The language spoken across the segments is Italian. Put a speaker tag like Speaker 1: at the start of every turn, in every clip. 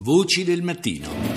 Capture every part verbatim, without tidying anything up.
Speaker 1: Voci del mattino.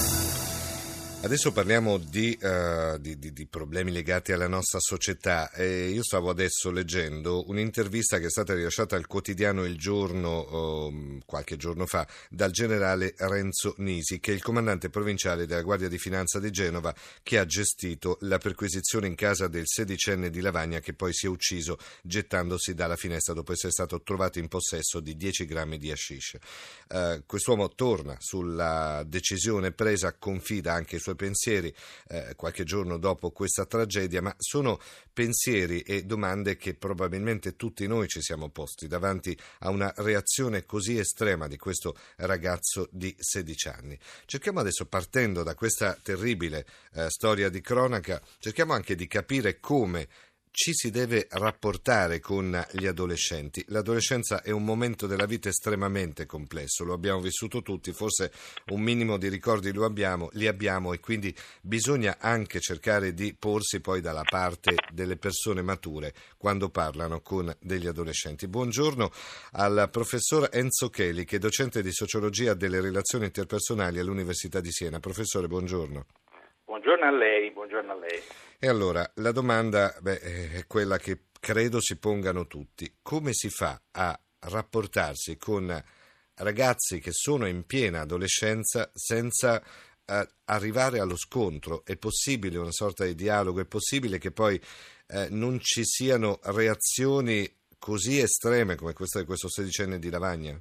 Speaker 2: Adesso parliamo di, uh, di, di, di problemi legati alla nostra società. E io stavo adesso leggendo un'intervista che è stata rilasciata al quotidiano Il Giorno um, qualche giorno fa dal generale Renzo Nisi, che è il comandante provinciale della Guardia di Finanza di Genova, che ha gestito la perquisizione in casa del sedicenne di Lavagna che poi si è ucciso gettandosi dalla finestra dopo essere stato trovato in possesso di dieci grammi di hashish. Uh, quest'uomo torna sulla decisione presa, confida anche i suoi pensieri eh, qualche giorno dopo questa tragedia, ma sono pensieri e domande che probabilmente tutti noi ci siamo posti davanti a una reazione così estrema di questo ragazzo di sedici anni. Cerchiamo adesso, partendo da questa terribile eh, storia di cronaca, cerchiamo anche di capire come ci si deve rapportare con gli adolescenti. L'adolescenza è un momento della vita estremamente complesso, lo abbiamo vissuto tutti, forse un minimo di ricordi lo abbiamo, li abbiamo e quindi bisogna anche cercare di porsi poi dalla parte delle persone mature quando parlano con degli adolescenti. Buongiorno al professor Enzo Cheli, che è docente di sociologia delle relazioni interpersonali all'Università di Siena. Professore, buongiorno.
Speaker 3: Buongiorno a lei, buongiorno a lei.
Speaker 2: E allora, la domanda beh, è quella che credo si pongano tutti. Come si fa a rapportarsi con ragazzi che sono in piena adolescenza senza eh, arrivare allo scontro? È possibile una sorta di dialogo? È possibile che poi eh, non ci siano reazioni così estreme come questa di questo sedicenne di Lavagna?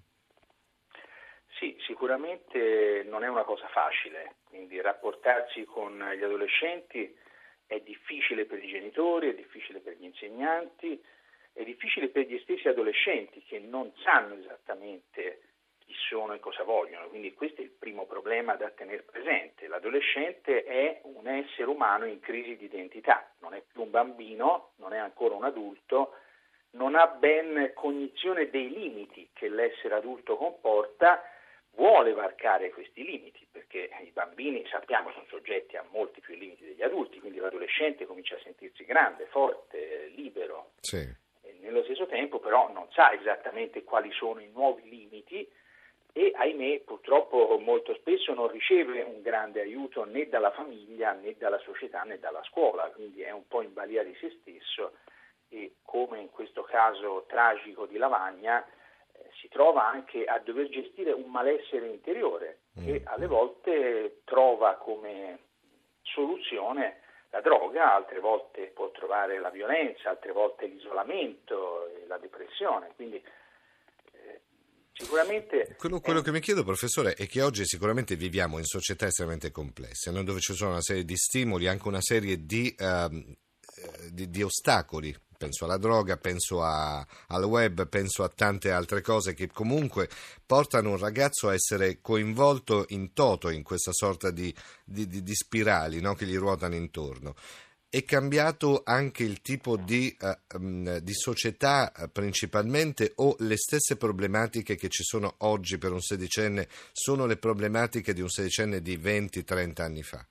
Speaker 3: Sì, sicuramente non è una cosa facile, quindi rapportarsi con gli adolescenti è difficile per i genitori, è difficile per gli insegnanti, è difficile per gli stessi adolescenti che non sanno esattamente chi sono e cosa vogliono, quindi questo è il primo problema da tenere presente. L'adolescente è un essere umano in crisi di identità, non è più un bambino, non è ancora un adulto, non ha ben cognizione dei limiti che l'essere adulto comporta, vuole varcare questi limiti, perché i bambini, sappiamo, sono soggetti a molti più limiti degli adulti, quindi l'adolescente comincia a sentirsi grande, forte, libero.
Speaker 2: Sì.
Speaker 3: E nello stesso tempo però non sa esattamente quali sono i nuovi limiti e, ahimè, purtroppo molto spesso non riceve un grande aiuto né dalla famiglia, né dalla società, né dalla scuola, quindi è un po' in balia di se stesso e, come in questo caso tragico di Lavagna, si trova anche a dover gestire un malessere interiore che alle volte trova come soluzione la droga, altre volte può trovare la violenza, altre volte l'isolamento e la depressione, quindi eh, sicuramente...
Speaker 2: Quello, quello che mi chiedo, professore, è che oggi sicuramente viviamo in società estremamente complesse, no? Dove ci sono una serie di stimoli, anche una serie di, uh, di, di ostacoli. Penso alla droga, penso a, al web, penso a tante altre cose che comunque portano un ragazzo a essere coinvolto in toto in questa sorta di, di, di, di spirali, no? Che gli ruotano intorno. È cambiato anche il tipo di, uh, um, di società uh, principalmente, o le stesse problematiche che ci sono oggi per un sedicenne sono le problematiche di un sedicenne di venti trenta anni fa?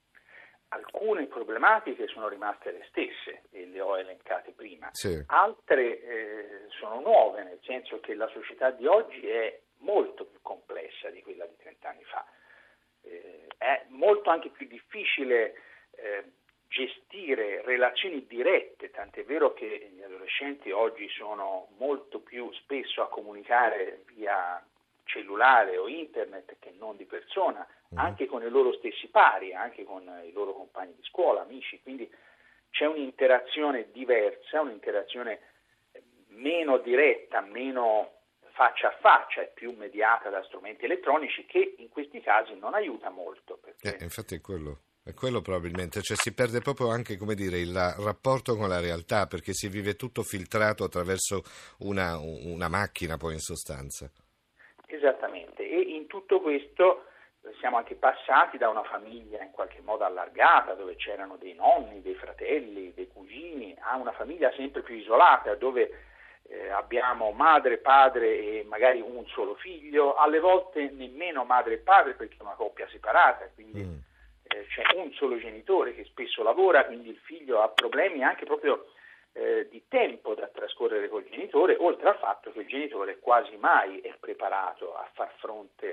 Speaker 3: Alcune problematiche sono rimaste le stesse e le ho elencate prima,
Speaker 2: sì.
Speaker 3: Altre eh, sono nuove, nel senso che la società di oggi è molto più complessa di quella di trent'anni fa, eh, è molto anche più difficile eh, gestire relazioni dirette, tant'è vero che gli adolescenti oggi sono molto più spesso a comunicare via cellulare o internet che non di persona, anche con i loro stessi pari, anche con i loro compagni di scuola, amici, quindi c'è un'interazione diversa, un'interazione meno diretta, meno faccia a faccia e più mediata da strumenti elettronici che in questi casi non aiuta molto. Perché...
Speaker 2: Eh, infatti è quello. È quello probabilmente, cioè si perde proprio anche, come dire, il rapporto con la realtà, perché si vive tutto filtrato attraverso una, una macchina poi in sostanza.
Speaker 3: Esattamente, e in tutto questo siamo anche passati da una famiglia in qualche modo allargata, dove c'erano dei nonni, dei fratelli, dei cugini, a una famiglia sempre più isolata, dove eh, abbiamo madre, padre e magari un solo figlio, alle volte nemmeno madre e padre perché è una coppia separata, quindi mm. eh, c'è un solo genitore che spesso lavora, quindi il figlio ha problemi anche proprio Eh, di tempo da trascorrere col genitore, oltre al fatto che il genitore quasi mai è preparato a far fronte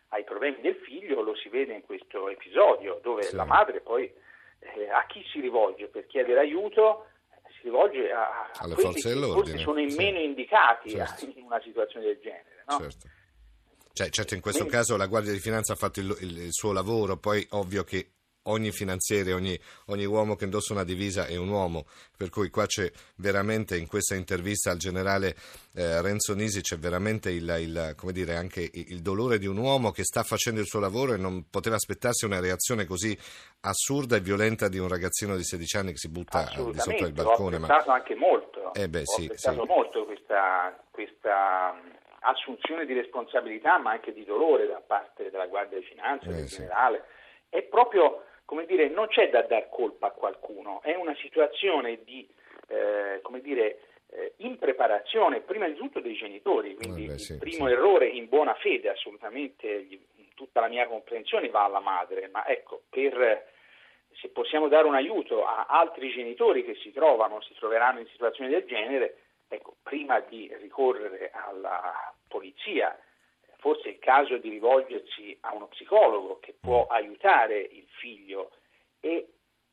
Speaker 3: ai problemi del figlio lo si vede in questo episodio, dove
Speaker 2: sì.
Speaker 3: la madre poi eh, a chi si rivolge per chiedere aiuto? Si rivolge a, a
Speaker 2: alle
Speaker 3: quelli
Speaker 2: forze
Speaker 3: che
Speaker 2: dell'ordine,
Speaker 3: forse sono in
Speaker 2: sì.
Speaker 3: meno indicati
Speaker 2: certo.
Speaker 3: in una situazione del genere, no?
Speaker 2: Certo. Cioè, certo, in questo
Speaker 3: Quindi,
Speaker 2: caso la Guardia di Finanza ha fatto il, il, il suo lavoro, poi ovvio che ogni finanziere, ogni, ogni uomo che indossa una divisa è un uomo, per cui qua c'è veramente, in questa intervista al generale eh, Renzo Nisi, c'è veramente il, il, come dire, anche il, il dolore di un uomo che sta facendo il suo lavoro e non poteva aspettarsi una reazione così assurda e violenta di un ragazzino di sedici anni che si butta di sotto il balcone.
Speaker 3: Ho apprezzato
Speaker 2: ma...
Speaker 3: anche molto,
Speaker 2: eh beh,
Speaker 3: ho
Speaker 2: sì,
Speaker 3: apprezzato
Speaker 2: sì.
Speaker 3: molto questa, questa assunzione di responsabilità, ma anche di dolore da parte della Guardia di Finanza,
Speaker 2: Eh,
Speaker 3: del
Speaker 2: sì.
Speaker 3: generale. È proprio, come dire, non c'è da dar colpa a qualcuno, è una situazione di, eh, come dire, eh, impreparazione, prima di tutto dei genitori, quindi
Speaker 2: Eh beh,
Speaker 3: il
Speaker 2: sì,
Speaker 3: primo
Speaker 2: sì.
Speaker 3: errore in buona fede, assolutamente, gli, tutta la mia comprensione va alla madre, ma ecco, per, se possiamo dare un aiuto a altri genitori che si trovano, si troveranno in situazioni del genere, ecco, prima di ricorrere alla polizia, forse è il caso di rivolgersi a uno psicologo che può
Speaker 2: Mm.
Speaker 3: aiutare il figlio e,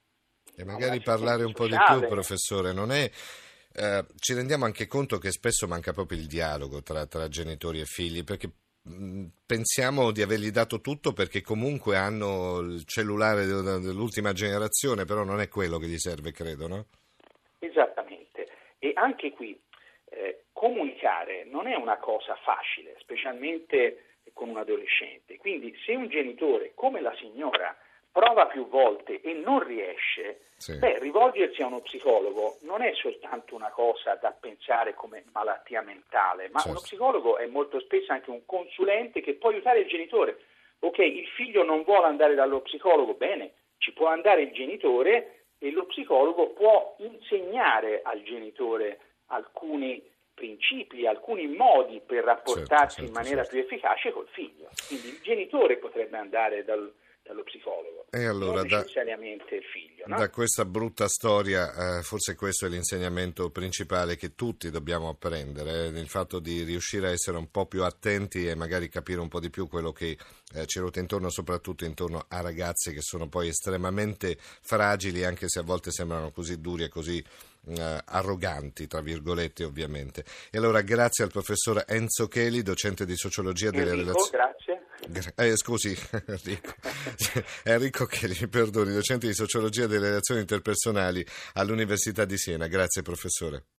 Speaker 2: E magari
Speaker 3: sociale.
Speaker 2: parlare un po' di più, professore, non è... Eh, ci rendiamo anche conto che spesso manca proprio il dialogo tra, tra genitori e figli, perché mh, pensiamo di avergli dato tutto perché comunque hanno il cellulare dell'ultima generazione, però non è quello che gli serve, credo, no?
Speaker 3: Esattamente. E anche qui eh, comunicare non è una cosa facile, specialmente con un adolescente. Quindi se un genitore, come la signora, prova più volte e non riesce,
Speaker 2: Sì.
Speaker 3: beh, rivolgersi a uno psicologo non è soltanto una cosa da pensare come malattia mentale, ma
Speaker 2: Certo.
Speaker 3: uno psicologo è molto spesso anche un consulente che può aiutare il genitore. Ok, il figlio non vuole andare dallo psicologo, bene, ci può andare il genitore e lo psicologo può insegnare al genitore alcuni principi, alcuni modi per rapportarsi
Speaker 2: certo,
Speaker 3: in maniera
Speaker 2: certo.
Speaker 3: più efficace col figlio. Quindi il genitore potrebbe andare dal dallo psicologo,
Speaker 2: E allora,
Speaker 3: non
Speaker 2: da,
Speaker 3: necessariamente il figlio, no?
Speaker 2: da questa brutta storia, eh, forse questo è l'insegnamento principale che tutti dobbiamo apprendere, eh, il fatto di riuscire a essere un po' più attenti e magari capire un po' di più quello che eh, ci ruota intorno, soprattutto intorno a ragazzi che sono poi estremamente fragili, anche se a volte sembrano così duri e così eh, arroganti, tra virgolette, ovviamente. E allora grazie al professor Enzo Cheli, docente di sociologia delle
Speaker 3: Enrico,
Speaker 2: relazioni.
Speaker 3: grazie.
Speaker 2: Eh, scusi, Enrico. Enrico Cheli, mi perdoni, docente di sociologia delle relazioni interpersonali all'Università di Siena. Grazie, professore.